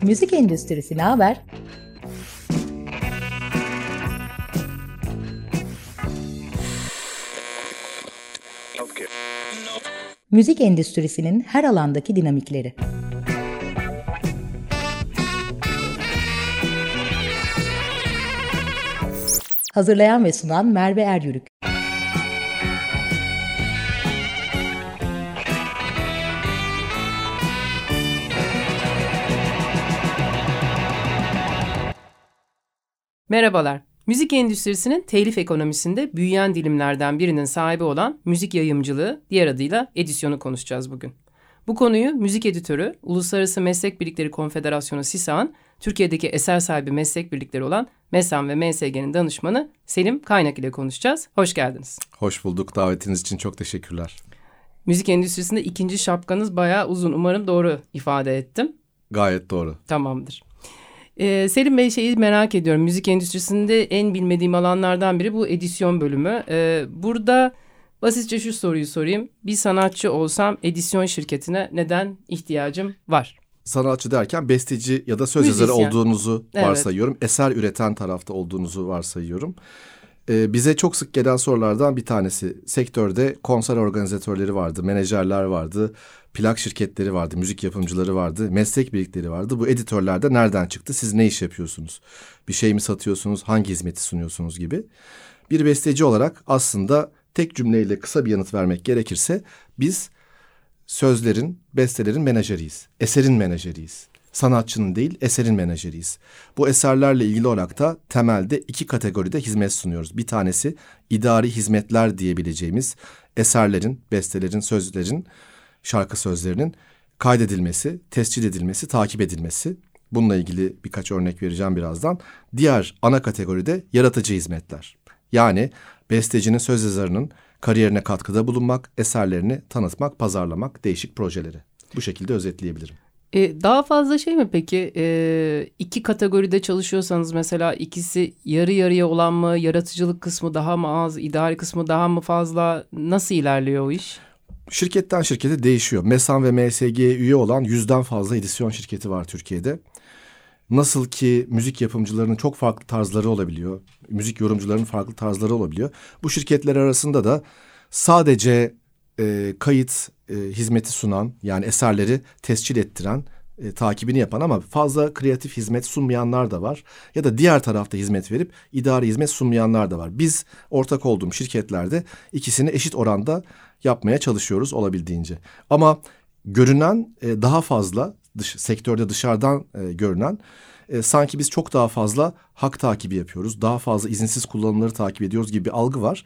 Müzik endüstrisi ne haber? Müzik endüstrisinin her alandaki dinamikleri. Hazırlayan ve sunan Merve Eryürük. Merhabalar. Müzik endüstrisinin telif ekonomisinde büyüyen dilimlerden birinin sahibi olan müzik yayımcılığı, diğer adıyla edisyonu konuşacağız bugün. Bu konuyu müzik editörü, Uluslararası Meslek Birlikleri Konfederasyonu SİSA'nın Türkiye'deki eser sahibi meslek birlikleri olan MESAM ve MSG'nin danışmanı Selim Kaynak ile konuşacağız. Hoş geldiniz. Hoş bulduk. Davetiniz için çok teşekkürler. Müzik endüstrisinde ikinci şapkanız bayağı uzun. Umarım doğru ifade ettim. Gayet doğru. Tamamdır. Selim Bey, şeyi merak ediyorum. Müzik endüstrisinde en bilmediğim alanlardan biri bu edisyon bölümü. Burada basitçe şu soruyu sorayım. Bir sanatçı olsam edisyon şirketine neden ihtiyacım var? Sanatçı derken besteci ya da söz yazarı olduğunuzu varsayıyorum. Evet. Eser üreten tarafta olduğunuzu varsayıyorum. Bize çok sık gelen sorulardan bir tanesi. Sektörde konser organizatörleri vardı, menajerler vardı, plak şirketleri vardı, müzik yapımcıları vardı, meslek birlikleri vardı. Bu editörler de nereden çıktı? Siz ne iş yapıyorsunuz? Bir şey mi satıyorsunuz? Hangi hizmeti sunuyorsunuz gibi. Bir besteci olarak aslında tek cümleyle kısa bir yanıt vermek gerekirse biz sözlerin, bestelerin menajeriyiz. Eserin menajeriyiz. Sanatçının değil, eserin menajeriyiz. Bu eserlerle ilgili olarak da temelde iki kategoride hizmet sunuyoruz. Bir tanesi idari hizmetler diyebileceğimiz eserlerin, bestelerin, sözlerin, şarkı sözlerinin kaydedilmesi, tescil edilmesi, takip edilmesi. Bununla ilgili birkaç örnek vereceğim birazdan. Diğer ana kategoride yaratıcı hizmetler. Yani bestecinin, söz yazarının kariyerine katkıda bulunmak, eserlerini tanıtmak, pazarlamak, değişik projeleri. Bu şekilde özetleyebilirim. Daha fazla şey mi peki? İki kategoride çalışıyorsanız mesela ikisi yarı yarıya olan mı? Yaratıcılık kısmı daha mı az? İdari kısmı daha mı fazla? Nasıl ilerliyor o iş? Şirketten şirkete değişiyor. MESAM ve MSG'ye üye olan 100'den fazla edisyon şirketi var Türkiye'de. Nasıl ki müzik yapımcılarının çok farklı tarzları olabiliyor. Müzik yorumcularının farklı tarzları olabiliyor. Bu şirketler arasında da sadece kayıt hizmeti sunan, yani eserleri tescil ettiren, takibini yapan ama fazla kreatif hizmet sunmayanlar da var. Ya da diğer tarafta hizmet verip idari hizmet sunmayanlar da var. Biz ortak olduğum şirketlerde ikisini eşit oranda yapmaya çalışıyoruz olabildiğince. Ama görünen daha fazla, sektörde dışarıdan görünen sanki biz çok daha fazla hak takibi yapıyoruz. Daha fazla izinsiz kullanımları takip ediyoruz gibi bir algı var.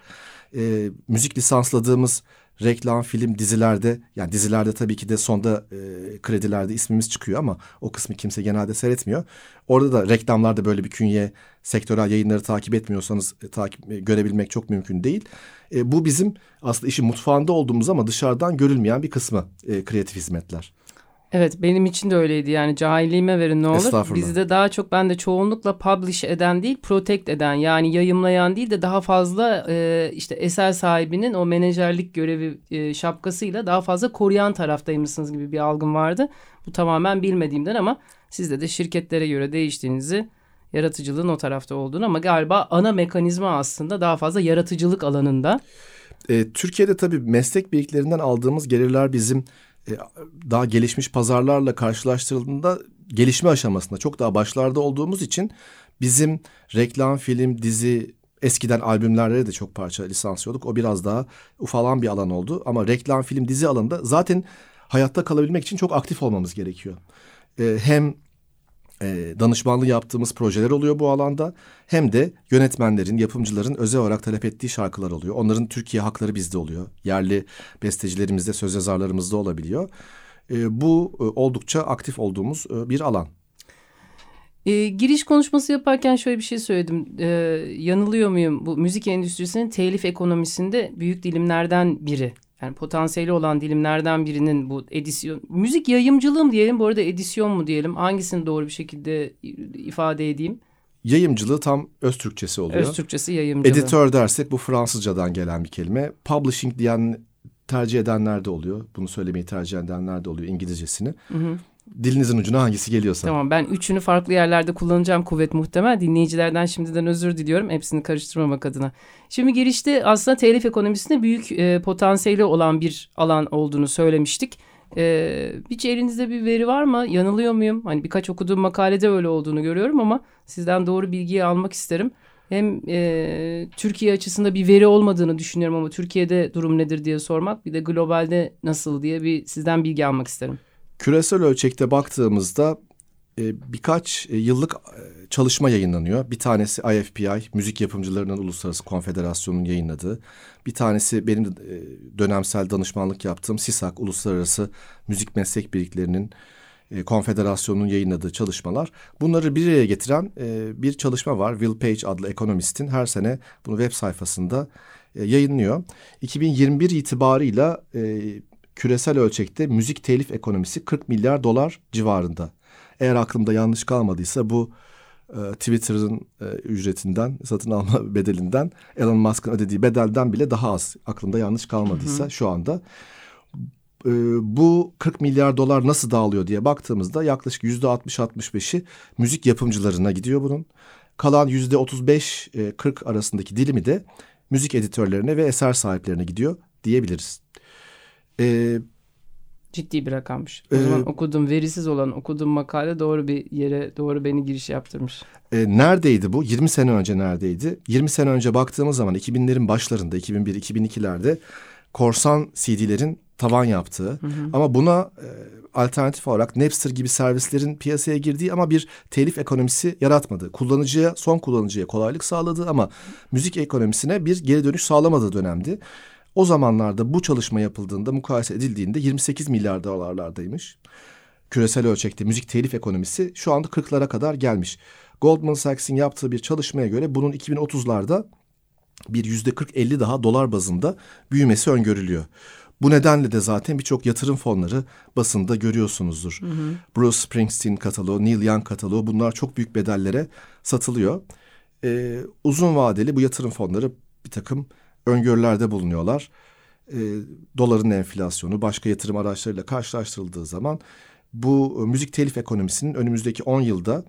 Müzik lisansladığımız reklam, film, dizilerde, yani dizilerde tabii ki de sonda kredilerde ismimiz çıkıyor ama o kısmı kimse genelde seyretmiyor. Orada da reklamlarda böyle bir künye, sektörel yayınları takip etmiyorsanız görebilmek çok mümkün değil. Bu bizim aslında işin mutfağında olduğumuz ama dışarıdan görülmeyen bir kısmı kreatif hizmetler. Evet, benim için de öyleydi, yani cahilliğime verin ne olur. Bizde daha çok, ben de çoğunlukla publish eden değil, protect eden, yani yayımlayan değil de daha fazla işte eser sahibinin o menajerlik görevi şapkasıyla daha fazla koruyan taraftaymışsınız gibi bir algım vardı. Bu tamamen bilmediğimden, ama sizde de şirketlere göre değiştiğinizi, yaratıcılığın o tarafta olduğunu, ama galiba ana mekanizma aslında daha fazla yaratıcılık alanında. Türkiye'de tabii meslek birliklerinden aldığımız gelirler bizim daha gelişmiş pazarlarla karşılaştırıldığında gelişme aşamasında çok daha başlarda olduğumuz için bizim reklam, film, dizi, eskiden albümlere de çok parça lisanslıyorduk. O biraz daha ufalan bir alan oldu ama reklam, film, dizi alanında zaten hayatta kalabilmek için çok aktif olmamız gerekiyor. Hem danışmanlığı yaptığımız projeler oluyor bu alanda, hem de yönetmenlerin, yapımcıların özel olarak talep ettiği şarkılar oluyor. Onların Türkiye hakları bizde oluyor. Yerli bestecilerimizde, söz yazarlarımızda olabiliyor. Bu oldukça aktif olduğumuz bir alan. Giriş konuşması yaparken şöyle bir şey söyledim. Yanılıyor muyum? Bu müzik endüstrisinin telif ekonomisinde büyük dilimlerden biri. Yani potansiyeli olan dilimlerden birinin bu edisyon. Müzik yayımcılığı mı diyelim, bu arada edisyon mu diyelim? Hangisini doğru bir şekilde ifade edeyim? Yayımcılığı tam öz Türkçesi oluyor. Öz Türkçesi yayımcılığı. Editör dersek bu Fransızcadan gelen bir kelime. Publishing diyen tercih edenler de oluyor. Bunu söylemeyi tercih edenler de oluyor, İngilizcesini. Dilinizin ucuna hangisi geliyorsa. Tamam, ben üçünü farklı yerlerde kullanacağım kuvvet muhtemel. Dinleyicilerden şimdiden özür diliyorum. Hepsini karıştırmamak adına. Şimdi girişte aslında telif ekonomisinde büyük potansiyeli olan bir alan olduğunu söylemiştik. Hiç elinizde bir veri var mı? Yanılıyor muyum? Hani birkaç okuduğum makalede öyle olduğunu görüyorum ama sizden doğru bilgiyi almak isterim. Hem Türkiye açısında bir veri olmadığını düşünüyorum ama Türkiye'de durum nedir diye sormak, bir de globalde nasıl diye bir sizden bilgi almak isterim. Küresel ölçekte baktığımızda birkaç yıllık çalışma yayınlanıyor. Bir tanesi IFPI, Müzik Yapımcılarının Uluslararası Konfederasyonu'nun yayınladığı. Bir tanesi benim dönemsel danışmanlık yaptığım SİSAK, Uluslararası Müzik Meslek Birliklerinin konfederasyonunun yayınladığı çalışmalar. Bunları bir araya getiren bir çalışma var. Will Page adlı ekonomistin her sene bunu web sayfasında yayınlıyor. 2021 itibarıyla küresel ölçekte müzik telif ekonomisi 40 milyar dolar civarında. Eğer aklımda yanlış kalmadıysa bu Twitter'ın ücretinden, satın alma bedelinden, Elon Musk'ın ödediği bedelden bile daha az. Aklımda yanlış kalmadıysa şu anda. Bu 40 milyar dolar nasıl dağılıyor diye baktığımızda yaklaşık %60-65'i müzik yapımcılarına gidiyor bunun. Kalan %35-40 arasındaki dilimi de müzik editörlerine ve eser sahiplerine gidiyor diyebiliriz. Ciddi bir rakammış. O zaman verisiz olan okuduğum makale doğru bir yere doğru beni giriş yaptırmış. Neredeydi bu? 20 sene önce neredeydi? 20 sene önce baktığımız zaman 2000'lerin başlarında, 2001-2002'lerde korsan CD'lerin tavan yaptığı ama buna alternatif olarak Napster gibi servislerin piyasaya girdiği ama bir telif ekonomisi yaratmadığı, son kullanıcıya kolaylık sağladığı ama müzik ekonomisine bir geri dönüş sağlamadığı dönemdi. O zamanlarda bu çalışma yapıldığında, mukayese edildiğinde 28 milyar dolarlardaymış. Küresel ölçekte müzik telif ekonomisi şu anda 40'lara kadar gelmiş. Goldman Sachs'in yaptığı bir çalışmaya göre bunun 2030'larda bir %40-50 daha dolar bazında büyümesi öngörülüyor. Bu nedenle de zaten birçok yatırım fonları basında görüyorsunuzdur. Bruce Springsteen kataloğu, Neil Young kataloğu, bunlar çok büyük bedellere satılıyor. Uzun vadeli bu yatırım fonları bir takım öngörülerde bulunuyorlar. Doların enflasyonu başka yatırım araçlarıyla karşılaştırıldığı zaman bu müzik telif ekonomisinin önümüzdeki 10 yılda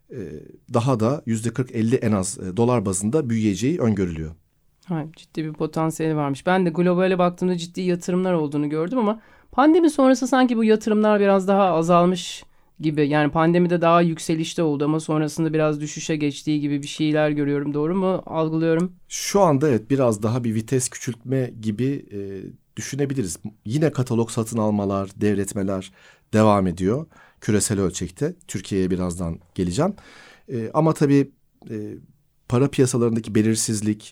daha da %40-50 en az dolar bazında büyüyeceği öngörülüyor. Ciddi bir potansiyeli varmış. Ben de globale baktığımda ciddi yatırımlar olduğunu gördüm ama pandemi sonrası sanki bu yatırımlar biraz daha azalmış gibi. Yani pandemide daha yükselişte oldu ama sonrasında biraz düşüşe geçtiği gibi bir şeyler görüyorum. Doğru mu algılıyorum? Şu anda evet, biraz daha bir vites küçültme gibi düşünebiliriz. Yine katalog satın almalar, devretmeler devam ediyor küresel ölçekte. Türkiye'ye birazdan geleceğim. Ama tabii para piyasalarındaki belirsizlik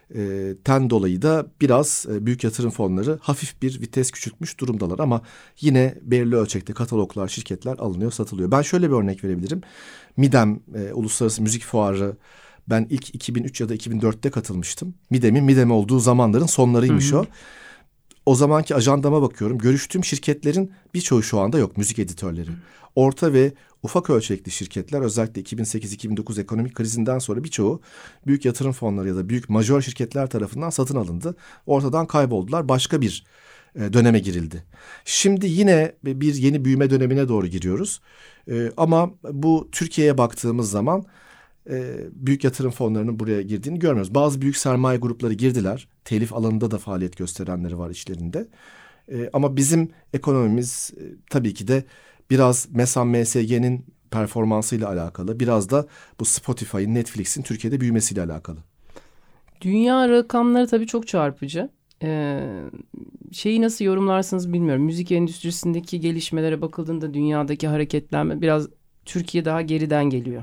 ten dolayı da biraz büyük yatırım fonları hafif bir vites küçültmüş durumdalar ama yine belirli ölçekte kataloglar, şirketler alınıyor, satılıyor. Ben şöyle bir örnek verebilirim. MIDEM, Uluslararası Müzik Fuarı, ben ilk 2003 ya da 2004'te katılmıştım. MIDEM olduğu zamanların sonlarıymış o. O zamanki ajandama bakıyorum. Görüştüğüm şirketlerin birçoğu şu anda yok, müzik editörleri. Orta ve ufak ölçekli şirketler, özellikle 2008-2009 ekonomik krizinden sonra birçoğu büyük yatırım fonları ya da büyük majör şirketler tarafından satın alındı. Ortadan kayboldular. Başka bir döneme girildi. Şimdi yine bir yeni büyüme dönemine doğru giriyoruz. Ama bu Türkiye'ye baktığımız zaman büyük yatırım fonlarının buraya girdiğini görmüyoruz. Bazı büyük sermaye grupları girdiler. Telif alanında da faaliyet gösterenleri var içlerinde. Ama bizim ekonomimiz tabii ki de biraz MESAN MSG'nin performansıyla alakalı. Biraz da bu Spotify'ın, Netflix'in Türkiye'de büyümesiyle alakalı. Dünya rakamları tabii çok çarpıcı. Şeyi nasıl yorumlarsınız bilmiyorum. Müzik endüstrisindeki gelişmelere bakıldığında dünyadaki hareketlenme biraz Türkiye daha geriden geliyor.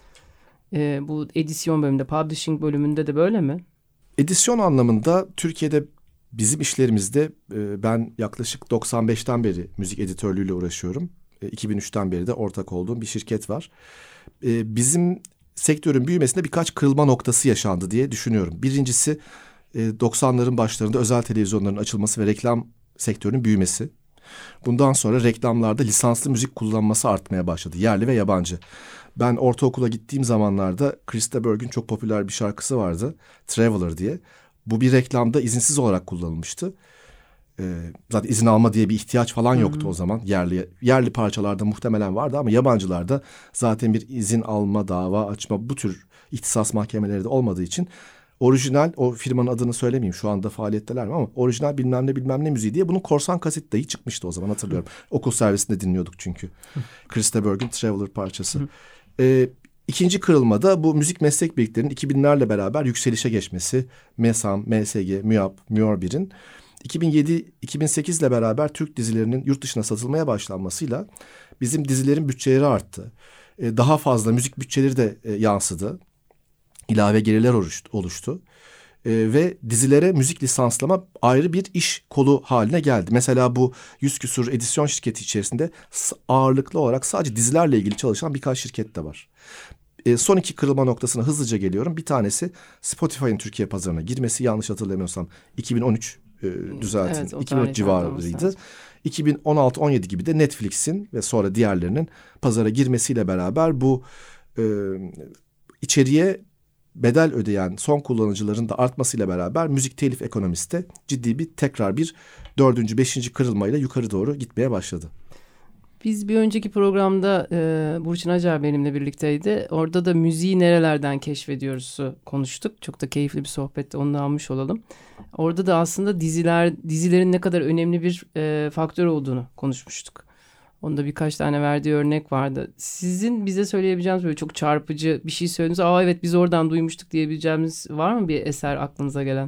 Bu edisyon bölümünde, publishing bölümünde de böyle mi? Edisyon anlamında Türkiye'de bizim işlerimizde ben yaklaşık 95'ten beri müzik editörlüğüyle uğraşıyorum. 2003'ten beri de ortak olduğum bir şirket var. Bizim sektörün büyümesinde birkaç kırılma noktası yaşandı diye düşünüyorum. Birincisi 90'ların başlarında özel televizyonların açılması ve reklam sektörünün büyümesi. Bundan sonra reklamlarda lisanslı müzik kullanılması artmaya başladı, yerli ve yabancı. Ben ortaokula gittiğim zamanlarda Krista Berg'in çok popüler bir şarkısı vardı, Traveler diye. Bu bir reklamda izinsiz olarak kullanılmıştı. Zaten izin alma diye bir ihtiyaç falan yoktu o zaman. Yerli parçalarda muhtemelen vardı ama yabancılarda zaten bir izin alma, dava açma, bu tür ihtisas mahkemeleri de olmadığı için orijinal, o firmanın adını söylemeyeyim şu anda faaliyetteler mi ama orijinal bilmem ne müziği diye bunun korsan kaset dahi çıkmıştı o zaman, hatırlıyorum. Okul servisinde dinliyorduk çünkü. Christa Berg'in Traveler parçası. İkinci kırılmada bu müzik meslek birliklerinin 2000'lerle beraber yükselişe geçmesi. MESAM, MSG, MÜYAP, MÜOR1'in 2007-2008 ile beraber Türk dizilerinin yurt dışına satılmaya başlanmasıyla bizim dizilerin bütçeleri arttı. Daha fazla müzik bütçeleri de yansıdı. İlave gelirler oluştu. Ve dizilere müzik lisanslama ayrı bir iş kolu haline geldi. Mesela bu 100 küsur edisyon şirketi içerisinde ağırlıklı olarak sadece dizilerle ilgili çalışan birkaç şirket de var. Son iki kırılma noktasına hızlıca geliyorum. Bir tanesi Spotify'ın Türkiye pazarına girmesi, yanlış hatırlamıyorsam 2013 düzeltin. Evet, 2013 civarıydı. 2016-17 gibi de Netflix'in ve sonra diğerlerinin pazara girmesiyle beraber bu içeriye bedel ödeyen son kullanıcıların da artmasıyla beraber müzik telif ekonomisi de ciddi bir tekrar bir 4. 5. kırılmayla yukarı doğru gitmeye başladı. Biz bir önceki programda Burçin Acar benimle birlikteydi. Orada da müziği nerelerden keşfediyoruz'u konuştuk. Çok da keyifli bir sohbette, onu da almış olalım. Orada da aslında dizilerin ne kadar önemli bir faktör olduğunu konuşmuştuk. Onda birkaç tane verdiği örnek vardı. Sizin bize söyleyebileceğiniz böyle çok çarpıcı bir şey söylediğiniz, evet biz oradan duymuştuk diyebileceğimiz var mı bir eser aklınıza gelen?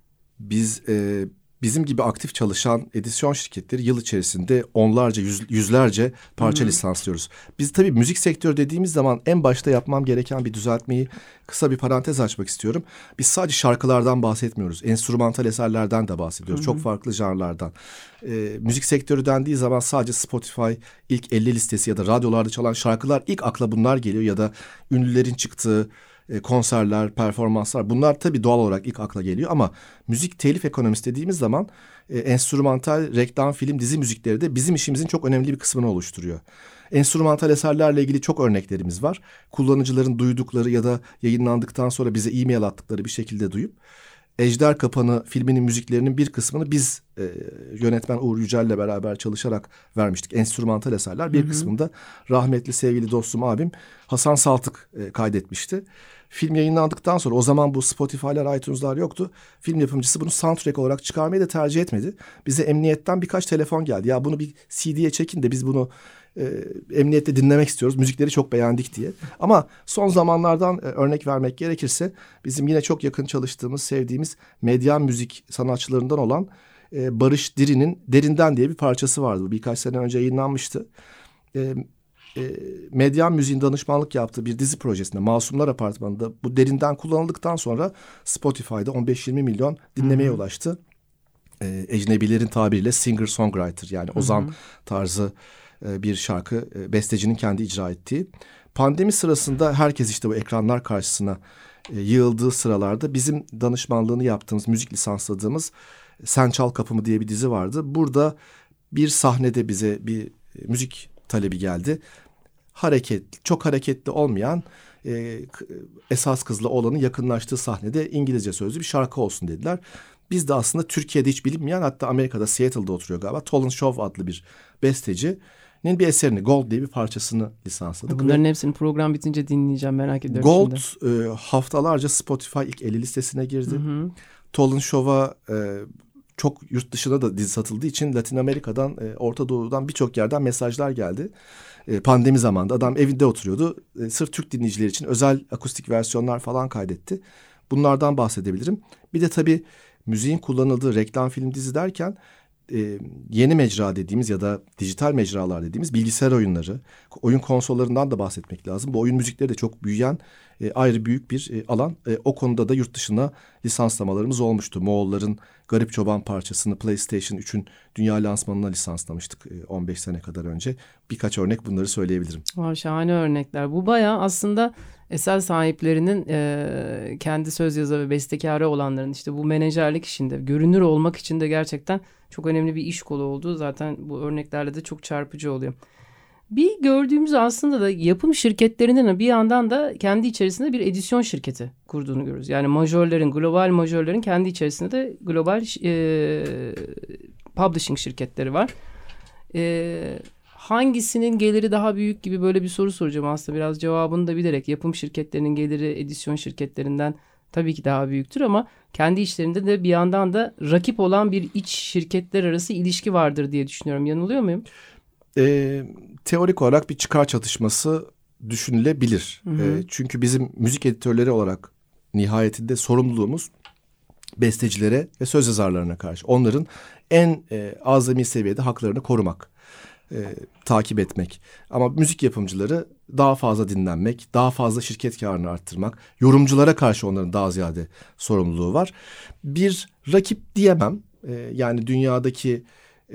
Bizim gibi aktif çalışan edisyon şirketleri yıl içerisinde onlarca, yüzlerce parça lisanslıyoruz. Biz tabii müzik sektörü dediğimiz zaman en başta yapmam gereken bir düzeltmeyi, kısa bir parantez açmak istiyorum. Biz sadece şarkılardan bahsetmiyoruz. Enstrümantal eserlerden de bahsediyoruz. Çok farklı janrlardan. Müzik sektörü dendiği zaman sadece Spotify ilk 50 listesi ya da radyolarda çalan şarkılar, ilk akla bunlar geliyor ya da ünlülerin çıktığı konserler, performanslar, bunlar tabii doğal olarak ilk akla geliyor ama müzik telif ekonomisi dediğimiz zaman enstrümantal, reklam, film, dizi müzikleri de bizim işimizin çok önemli bir kısmını oluşturuyor. Enstrümantal eserlerle ilgili çok örneklerimiz var. Kullanıcıların duydukları ya da yayınlandıktan sonra bize e-mail attıkları bir şekilde duyup Ejder Kapanı filminin müziklerinin bir kısmını biz yönetmen Uğur Yücel'le beraber çalışarak vermiştik. Enstrümantal eserler. Bir kısmını da rahmetli sevgili dostum abim Hasan Saltık kaydetmişti. Film yayınlandıktan sonra, o zaman bu Spotify'lar, iTunes'lar yoktu. Film yapımcısı bunu soundtrack olarak çıkarmayı da tercih etmedi. Bize emniyetten birkaç telefon geldi. Ya bunu bir CD'ye çekin de biz bunu emniyette dinlemek istiyoruz. Müzikleri çok beğendik diye. Ama son zamanlardan örnek vermek gerekirse bizim yine çok yakın çalıştığımız, sevdiğimiz medyan müzik sanatçılarından olan Barış Diri'nin Derinden diye bir parçası vardı. Birkaç sene önce yayınlanmıştı. Medyan müziğin danışmanlık yaptığı bir dizi projesinde, Masumlar Apartmanı'nda bu Derinden kullanıldıktan sonra Spotify'da 15-20 milyon dinlemeye ulaştı. Ecnebilerin tabiriyle singer-songwriter, yani ozan tarzı bir şarkı, bestecinin kendi icra ettiği. Pandemi sırasında herkes işte bu ekranlar karşısına yığıldığı sıralarda bizim danışmanlığını yaptığımız, müzik lisansladığımız Sen Çal Kapımı diye bir dizi vardı. Burada bir sahnede bize bir müzik talebi geldi. Çok hareketli olmayan, esas kızla oğlanın yakınlaştığı sahnede İngilizce sözlü bir şarkı olsun dediler. Biz de aslında Türkiye'de hiç bilinmeyen, hatta Amerika'da, Seattle'da oturuyor galiba, Tolan Shaw adlı bir bestecinin bir eserini, Gold diye bir parçasını lisansladık. Bunların hepsini program bitince dinleyeceğim, merak ediyorum. Gold haftalarca Spotify ilk 50 listesine girdi. Tolan Shaw'a çok yurt dışına da dizi satıldığı için Latin Amerika'dan, Orta Doğu'dan birçok yerden mesajlar geldi. Pandemi zamanında adam evinde oturuyordu. Sırf Türk dinleyiciler için özel akustik versiyonlar falan kaydetti. Bunlardan bahsedebilirim. Bir de tabii müziğin kullanıldığı reklam, film, dizi derken yeni mecra dediğimiz ya da dijital mecralar dediğimiz bilgisayar oyunları, oyun konsollarından da bahsetmek lazım. Bu oyun müzikleri de çok büyüyen ayrı büyük bir alan. O konuda da yurt dışına lisanslamalarımız olmuştu. Moğolların Garip Çoban parçasını PlayStation 3'ün dünya lansmanına lisanslamıştık 15 sene kadar önce. Birkaç örnek bunları söyleyebilirim. Şahane örnekler. Bu bayağı aslında eser sahiplerinin kendi söz yazarı ve bestekarı olanların işte bu menajerlik işinde, görünür olmak için de gerçekten çok önemli bir iş kolu olduğu zaten bu örneklerle de çok çarpıcı oluyor. Bir gördüğümüz aslında da yapım şirketlerinin bir yandan da kendi içerisinde bir edisyon şirketi kurduğunu görüyoruz. Yani majörlerin, global majörlerin kendi içerisinde de global publishing şirketleri var. Hangisinin geliri daha büyük gibi böyle bir soru soracağım aslında. Biraz cevabını da bilerek. Yapım şirketlerinin geliri edisyon şirketlerinden tabii ki daha büyüktür ama kendi içlerinde de bir yandan da rakip olan bir iç şirketler arası ilişki vardır diye düşünüyorum. Yanılıyor muyum? Teorik olarak bir çıkar çatışması düşünülebilir. Çünkü bizim müzik editörleri olarak nihayetinde sorumluluğumuz bestecilere ve söz yazarlarına karşı. Onların en azami seviyede haklarını korumak, takip etmek. Ama müzik yapımcıları daha fazla dinlenmek, daha fazla şirket karını arttırmak, yorumculara karşı onların daha ziyade sorumluluğu var. Bir rakip diyemem. Yani dünyadaki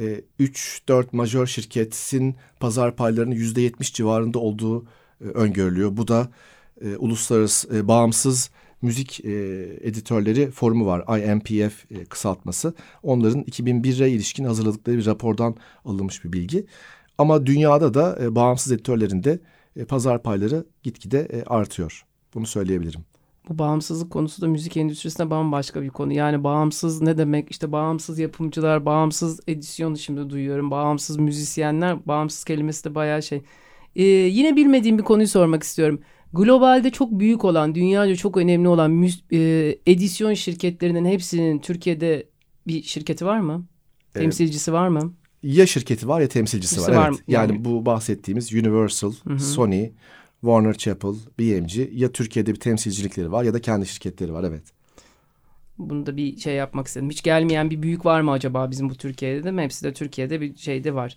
3-4 majör şirketin pazar paylarının %70 civarında olduğu öngörülüyor. Bu da uluslararası bağımsız müzik editörleri forumu var. IMPF kısaltması. Onların 2001'e ilişkin hazırladıkları bir rapordan alınmış bir bilgi. Ama dünyada da bağımsız editörlerin de pazar payları gitgide artıyor. Bunu söyleyebilirim. Bu bağımsızlık konusu da müzik endüstrisine bambaşka bir konu. Yani bağımsız ne demek? İşte bağımsız yapımcılar, bağımsız edisyonu şimdi duyuyorum. Bağımsız müzisyenler, bağımsız kelimesi de bayağı şey. Yine bilmediğim bir konuyu sormak istiyorum. Globalde çok büyük olan, dünyaca çok önemli olan edisyon şirketlerinin hepsinin Türkiye'de bir şirketi var mı? Temsilcisi var mı? Ya şirketi var ya temsilcisi var. Evet. Yani bu bahsettiğimiz Universal, Sony, Warner Chappell, BMG ya Türkiye'de bir temsilcilikleri var ya da kendi şirketleri var, evet. Bunu da bir şey yapmak istedim. Hiç gelmeyen bir büyük var mı acaba bizim bu Türkiye'de de mi? Hepsi de Türkiye'de bir şeyde var.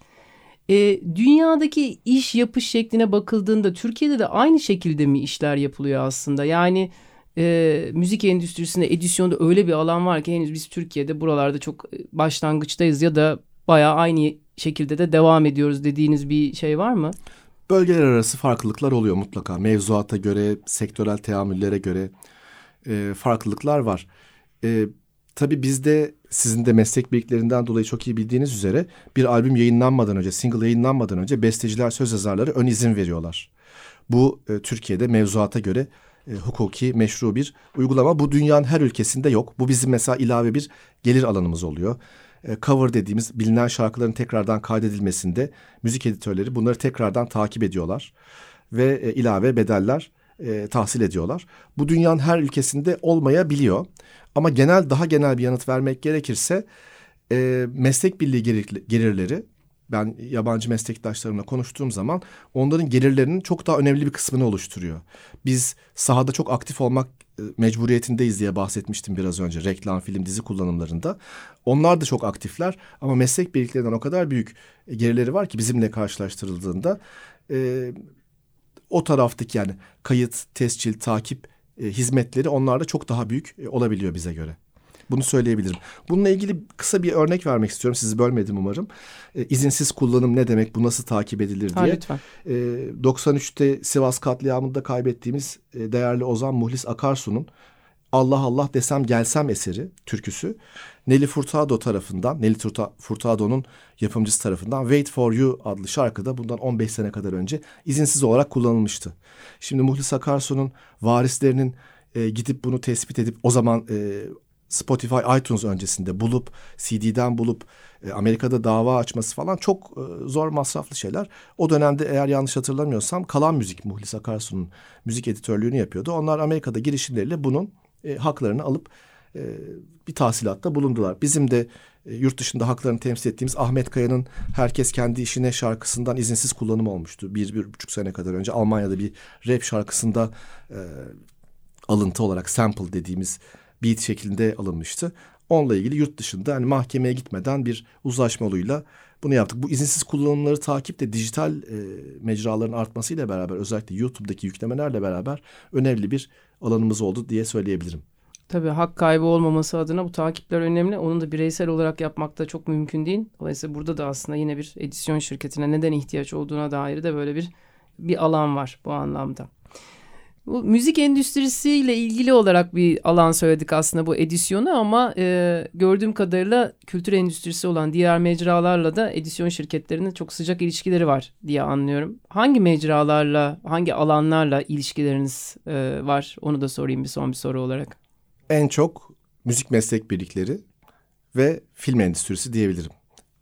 Dünyadaki iş yapış şekline bakıldığında Türkiye'de de aynı şekilde mi işler yapılıyor aslında? Yani müzik endüstrisinde, edisyonda öyle bir alan var ki henüz biz Türkiye'de buralarda çok başlangıçtayız ya da bayağı aynı şekilde de devam ediyoruz dediğiniz bir şey var mı? Bölgeler arası farklılıklar oluyor mutlaka. Mevzuata göre, sektörel teamüllere göre farklılıklar var. Tabii bizde sizin de meslek bilgilerinden dolayı çok iyi bildiğiniz üzere bir albüm yayınlanmadan önce, single yayınlanmadan önce besteciler, söz yazarları ön izin veriyorlar. Bu Türkiye'de mevzuata göre hukuki, meşru bir uygulama. Bu dünyanın her ülkesinde yok. Bu bizim mesela ilave bir gelir alanımız oluyor. Cover dediğimiz bilinen şarkıların tekrardan kaydedilmesinde müzik editörleri bunları tekrardan takip ediyorlar. Ve ilave bedeller tahsil ediyorlar. Bu dünyanın her ülkesinde olmayabiliyor. Ama daha genel bir yanıt vermek gerekirse meslek birliği gelirleri, ben yabancı meslektaşlarımla konuştuğum zaman onların gelirlerinin çok daha önemli bir kısmını oluşturuyor. Biz sahada çok aktif olmak mecburiyetindeyiz diye bahsetmiştim biraz önce reklam, film, dizi kullanımlarında. Onlar da çok aktifler ama meslek birliklerinden o kadar büyük gelirleri var ki bizimle karşılaştırıldığında o taraftaki yani kayıt, tescil, takip hizmetleri onlarda çok daha büyük olabiliyor bize göre. Bunu söyleyebilirim. Bununla ilgili kısa bir örnek vermek istiyorum. Sizi bölmedim umarım. İzinsiz kullanım ne demek? Bu nasıl takip edilir diye. Lütfen. 93'te Sivas katliamında kaybettiğimiz değerli ozan Muhlis Akarsu'nun Allah Allah desem gelsem eseri, türküsü Nelly Furtado'nun yapımcısı tarafından Wait for You adlı şarkıda bundan 15 sene kadar önce izinsiz olarak kullanılmıştı. Şimdi Muhlis Akarsu'nun varislerinin gidip bunu tespit edip o zaman Spotify, iTunes öncesinde bulup CD'den bulup Amerika'da dava açması falan çok zor, masraflı şeyler. O dönemde eğer yanlış hatırlamıyorsam Kalan Müzik, Muhlis Akarsu'nun müzik editörlüğünü yapıyordu. Onlar Amerika'da girişimleriyle bunun haklarını alıp bir tahsilatta bulundular. Bizim de yurt dışında haklarını temsil ettiğimiz Ahmet Kaya'nın Herkes Kendi İşine şarkısından izinsiz kullanım olmuştu. 1,5 sene kadar önce Almanya'da bir rap şarkısında alıntı olarak sample dediğimiz beat şeklinde alınmıştı. Onunla ilgili yurt dışında hani mahkemeye gitmeden bir uzlaşma yoluyla bunu yaptık. Bu izinsiz kullanımları takip de dijital mecraların artmasıyla beraber özellikle YouTube'daki yüklemelerle beraber önemli bir alanımız oldu diye söyleyebilirim. Tabii hak kaybı olmaması adına bu takipler önemli. Onu da bireysel olarak yapmak da çok mümkün değil. Dolayısıyla burada da aslında yine bir edisyon şirketine neden ihtiyaç olduğuna dair de böyle bir alan var bu anlamda. Bu müzik endüstrisiyle ilgili olarak bir alan söyledik aslında bu edisyonu ama gördüğüm kadarıyla kültür endüstrisi olan diğer mecralarla da edisyon şirketlerinin çok sıcak ilişkileri var diye anlıyorum. Hangi mecralarla, hangi alanlarla ilişkileriniz var? Onu da sorayım son bir soru olarak. En çok müzik meslek birlikleri ve film endüstrisi diyebilirim.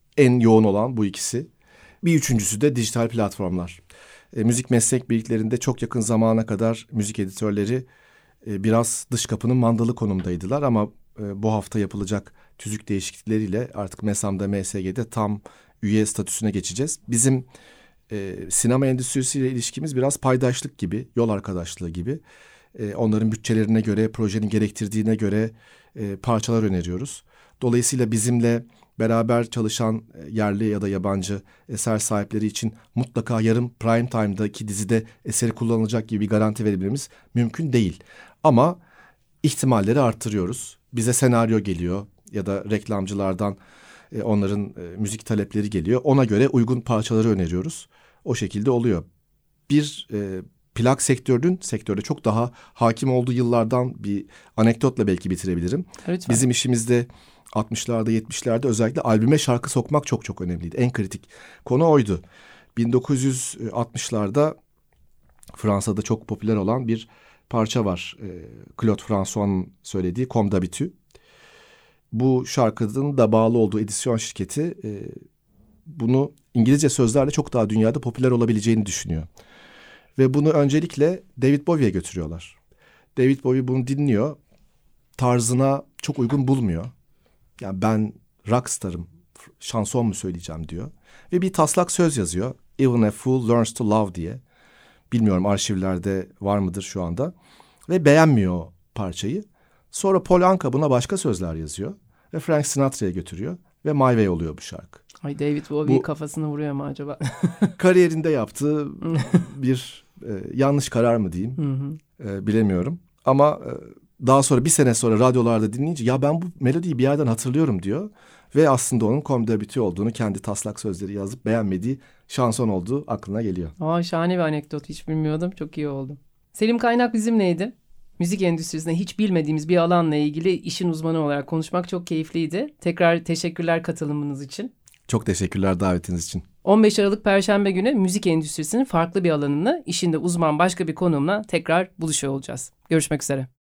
en yoğun olan bu ikisi. Bir üçüncüsü de dijital platformlar. Müzik meslek birliklerinde çok yakın zamana kadar müzik editörleri biraz dış kapının mandalı konumdaydılar ama bu hafta yapılacak tüzük değişiklikleriyle artık MESAM'da, MSG'de tam üye statüsüne geçeceğiz. Bizim sinema endüstrisiyle ilişkimiz biraz paydaşlık gibi, yol arkadaşlığı gibi. Onların bütçelerine göre, projenin gerektirdiğine göre parçalar öneriyoruz. Dolayısıyla bizimle beraber çalışan yerli ya da yabancı eser sahipleri için mutlaka yarın prime time'daki dizide eseri kullanılacak gibi bir garanti verebilmemiz mümkün değil. Ama ihtimalleri artırıyoruz. Bize senaryo geliyor ya da reklamcılardan onların müzik talepleri geliyor. Ona göre uygun parçaları öneriyoruz. O şekilde oluyor. Bir plak sektörde çok daha hakim olduğu yıllardan bir anekdotla belki bitirebilirim. Lütfen. Bizim işimizde 60'larda 70'lerde özellikle albüme şarkı sokmak çok çok önemliydi. En kritik konu oydu. 1960'larda Fransa'da çok popüler olan bir parça var. Claude François'ın söylediği Comme d'habitude. Bu şarkının da bağlı olduğu edisyon şirketi bunu İngilizce sözlerle çok daha dünyada popüler olabileceğini düşünüyor. Ve bunu öncelikle David Bowie'ye götürüyorlar. David Bowie bunu dinliyor. Tarzına çok uygun bulmuyor. Yani ben rockstarım, şanson mu söyleyeceğim diyor. Ve bir taslak söz yazıyor. Even a fool learns to love diye. Bilmiyorum arşivlerde var mıdır şu anda. Ve beğenmiyor parçayı. Sonra Paul Anka buna başka sözler yazıyor. Ve Frank Sinatra'ya götürüyor. Ve My Way oluyor bu şarkı. Ay David Bowie kafasını vuruyor mu acaba? Kariyerinde yaptığı bir yanlış karar mı diyeyim bilemiyorum. Ama daha sonra bir sene sonra radyolarda dinleyince ya ben bu melodiyi bir yerden hatırlıyorum diyor. Ve aslında onun Comme d'habitude olduğunu kendi taslak sözleri yazıp beğenmediği şanson olduğu aklına geliyor. Şahane bir anekdot, hiç bilmiyordum, çok iyi oldu. Selim Kaynak bizimleydi. Müzik endüstrisinde hiç bilmediğimiz bir alanla ilgili işin uzmanı olarak konuşmak çok keyifliydi. Tekrar teşekkürler katılımınız için. Çok teşekkürler davetiniz için. 15 Aralık Perşembe günü müzik endüstrisinin farklı bir alanını, işinde uzman başka bir konuğumla tekrar buluşuyor olacağız. Görüşmek üzere.